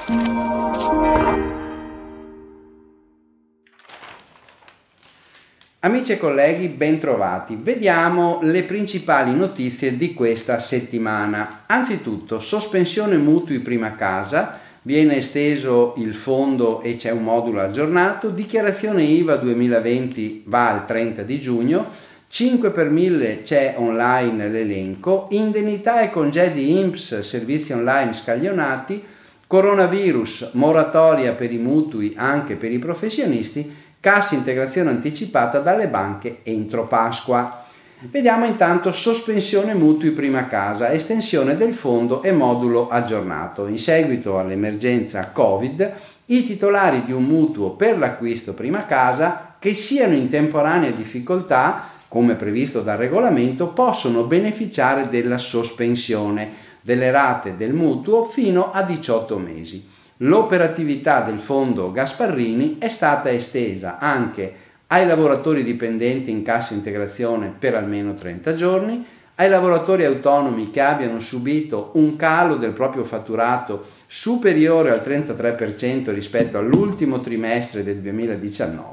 Amici e colleghi, bentrovati. Vediamo le principali notizie di questa settimana. Anzitutto, sospensione mutui prima casa, viene esteso il fondo e c'è un modulo aggiornato, dichiarazione IVA 2020 va al 30 di giugno, 5 per 1000 c'è online l'elenco, indennità e congedi INPS, servizi online scaglionati, coronavirus, moratoria per i mutui anche per i professionisti, cassa integrazione anticipata dalle banche entro Pasqua. Vediamo intanto sospensione mutui prima casa, estensione del fondo e modulo aggiornato. In seguito all'emergenza Covid, i titolari di un mutuo per l'acquisto prima casa che siano in temporanea difficoltà, come previsto dal regolamento, possono beneficiare della sospensione delle rate del mutuo fino a 18 mesi. L'operatività del fondo Gasparrini è stata estesa anche ai lavoratori dipendenti in cassa integrazione per almeno 30 giorni, ai lavoratori autonomi che abbiano subito un calo del proprio fatturato superiore al 33% rispetto all'ultimo trimestre del 2019.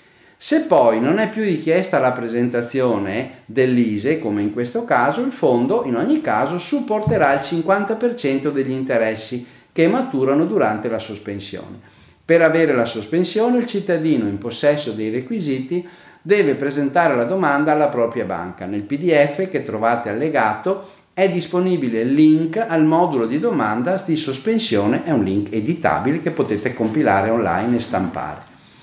Se poi non è più richiesta la presentazione dell'ISEE, come in questo caso, il fondo in ogni caso supporterà il 50% degli interessi che maturano durante la sospensione. Per avere la sospensione, il cittadino in possesso dei requisiti deve presentare la domanda alla propria banca. Nel PDF che trovate allegato è disponibile il link al modulo di domanda di sospensione, è un link editabile che potete compilare online e stampare.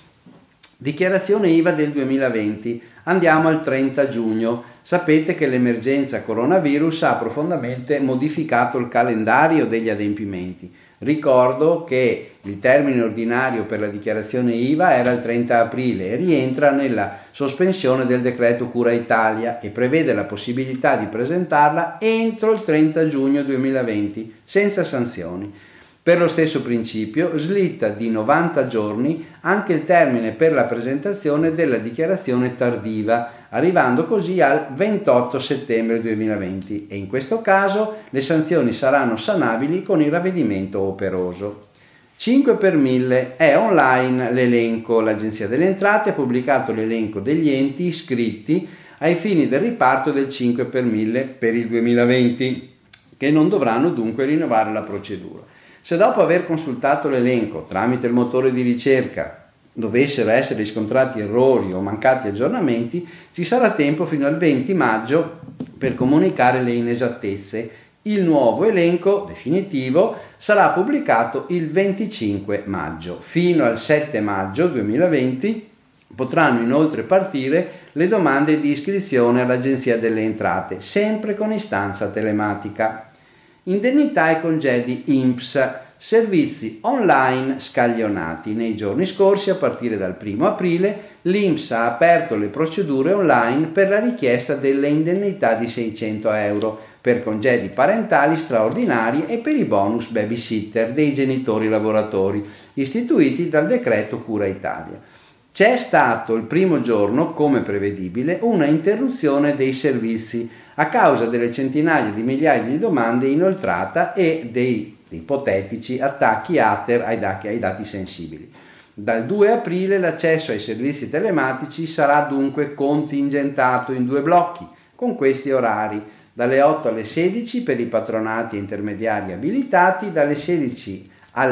Dichiarazione IVA del 2020. Andiamo al 30 giugno. Sapete che l'emergenza coronavirus ha profondamente modificato il calendario degli adempimenti. Ricordo che il termine ordinario per la dichiarazione IVA era il 30 aprile e rientra nella sospensione del decreto Cura Italia e prevede la possibilità di presentarla entro il 30 giugno 2020 senza sanzioni. Per lo stesso principio slitta di 90 giorni anche il termine per la presentazione della dichiarazione tardiva, arrivando così al 28 settembre 2020 e in questo caso le sanzioni saranno sanabili con il ravvedimento operoso. 5 per 1000 è online l'elenco. L'Agenzia delle Entrate ha pubblicato l'elenco degli enti iscritti ai fini del riparto del 5 per 1000 per il 2020, che non dovranno dunque rinnovare la procedura. Se dopo aver consultato l'elenco tramite il motore di ricerca dovessero essere riscontrati errori o mancati aggiornamenti, ci sarà tempo fino al 20 maggio per comunicare le inesattezze. Il nuovo elenco definitivo sarà pubblicato il 25 maggio. Fino al 7 maggio 2020 potranno inoltre partire le domande di iscrizione all'Agenzia delle Entrate, sempre con istanza telematica. Indennità e congedi INPS, servizi online scaglionati. Nei giorni scorsi, a partire dal 1 aprile, l'INPS ha aperto le procedure online per la richiesta delle indennità di 600 euro per congedi parentali straordinari e per i bonus babysitter dei genitori lavoratori, istituiti dal decreto Cura Italia. C'è stato il primo giorno, come prevedibile, una interruzione dei servizi a causa delle centinaia di migliaia di domande inoltrata e dei ipotetici attacchi hacker ai dati sensibili. Dal 2 aprile l'accesso ai servizi telematici sarà dunque contingentato in 2 blocchi, con questi orari: dalle 8 alle 16 per i patronati e intermediari abilitati, dalle 16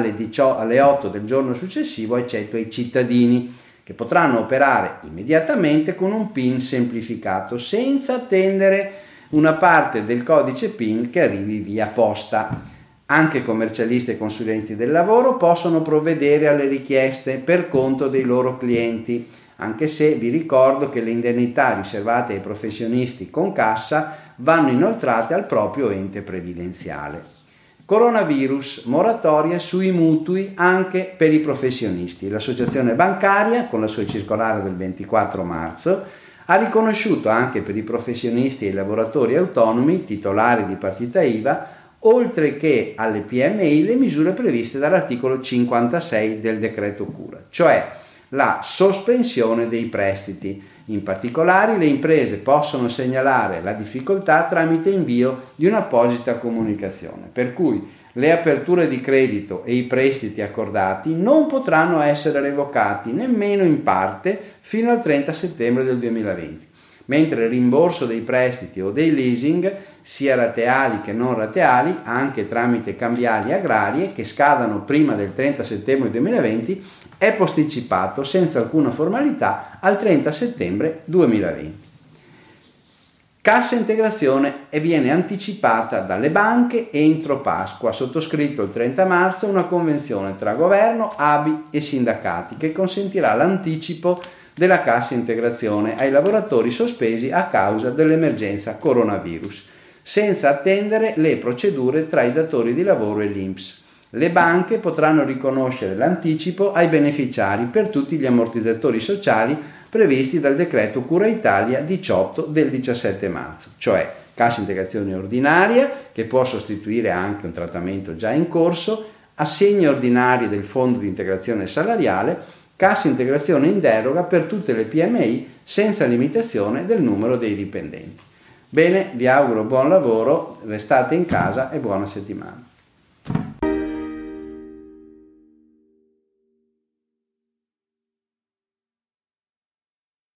alle 8 del giorno successivo, eccetto ai cittadini, che potranno operare immediatamente con un PIN semplificato, senza attendere una parte del codice PIN che arrivi via posta. Anche commercialisti e consulenti del lavoro possono provvedere alle richieste per conto dei loro clienti, anche se vi ricordo che le indennità riservate ai professionisti con cassa vanno inoltrate al proprio ente previdenziale. Coronavirus, moratoria sui mutui anche per i professionisti. L'Associazione Bancaria, con la sua circolare del 24 marzo, ha riconosciuto anche per i professionisti e i lavoratori autonomi titolari di partita IVA, oltre che alle PMI, le misure previste dall'articolo 56 del decreto cura, cioè la sospensione dei prestiti, In particolare, le imprese possono segnalare la difficoltà tramite invio di un'apposita comunicazione, per cui le aperture di credito e i prestiti accordati non potranno essere revocati nemmeno in parte fino al 30 settembre del 2020, mentre il rimborso dei prestiti o dei leasing, sia rateali che non rateali, anche tramite cambiali agrarie che scadano prima del 30 settembre 2020, è posticipato senza alcuna formalità al 30 settembre 2020. Cassa integrazione e viene anticipata dalle banche entro Pasqua. Ha sottoscritto il 30 marzo una convenzione tra governo, ABI e sindacati che consentirà l'anticipo della cassa integrazione ai lavoratori sospesi a causa dell'emergenza coronavirus, senza attendere le procedure tra i datori di lavoro e l'INPS. Le banche potranno riconoscere l'anticipo ai beneficiari per tutti gli ammortizzatori sociali previsti dal decreto Cura Italia 18 del 17 marzo, cioè cassa integrazione ordinaria, che può sostituire anche un trattamento già in corso, assegni ordinari del Fondo di integrazione salariale, cassa integrazione in deroga per tutte le PMI senza limitazione del numero dei dipendenti. Bene, vi auguro buon lavoro, restate in casa e buona settimana.